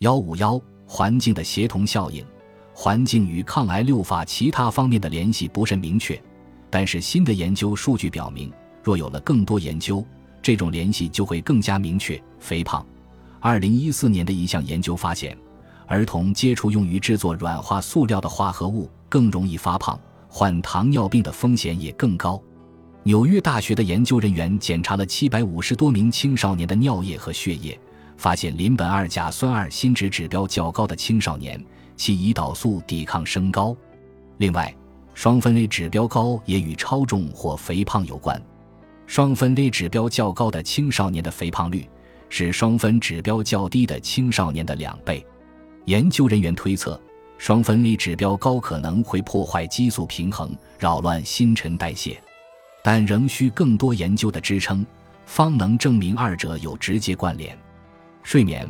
151环境的协同效应。环境与抗癌六法其他方面的联系不甚明确，但是新的研究数据表明，若有了更多研究，这种联系就会更加明确。肥胖2014年的一项研究发现，儿童接触用于制作软化塑料的化合物更容易发胖，患糖尿病的风险也更高。纽约大学的研究人员检查了750多名青少年的尿液和血液，发现邻苯二甲酸二锌值指标较高的青少年，其胰岛素抵抗升高。另外，双酚 A 指标高也与超重或肥胖有关。双酚 A 指标较高的青少年的肥胖率是双酚指标较低的青少年的2倍。研究人员推测，双酚 A 指标高可能会破坏激素平衡，扰乱新陈代谢，但仍需更多研究的支撑，方能证明二者有直接关联。睡眠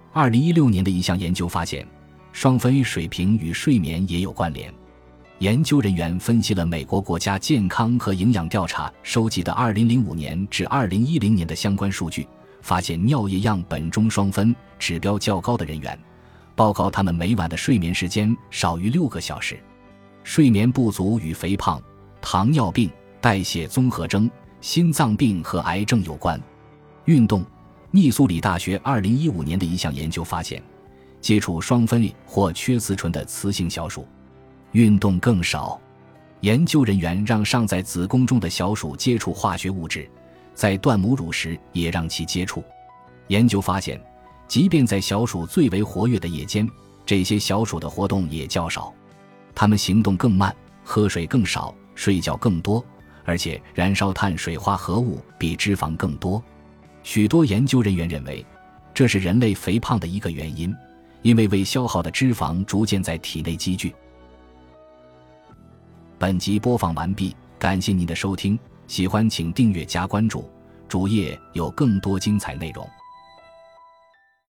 2016年的一项研究发现，双酚 A 水平与睡眠也有关联。研究人员分析了美国国家健康和营养调查收集的2005年至2010年的相关数据，发现尿液样本中双酚指标较高的人员报告他们每晚的睡眠时间少于6个小时。睡眠不足与肥胖、糖尿病、代谢综合征、心脏病和癌症有关。运动密苏里大学2015年的一项研究发现，接触双酚 A 或缺雌醇的雌性小鼠运动更少。研究人员让尚在子宫中的小鼠接触化学物质，在断母乳时也让其接触。研究发现，即便在小鼠最为活跃的夜间，这些小鼠的活动也较少，它们行动更慢，喝水更少，睡觉更多，而且燃烧碳水化合物比脂肪更多。许多研究人员认为，这是人类肥胖的一个原因，因为未消耗的脂肪逐渐在体内积聚。本集播放完毕，感谢您的收听，喜欢请订阅加关注，主页有更多精彩内容。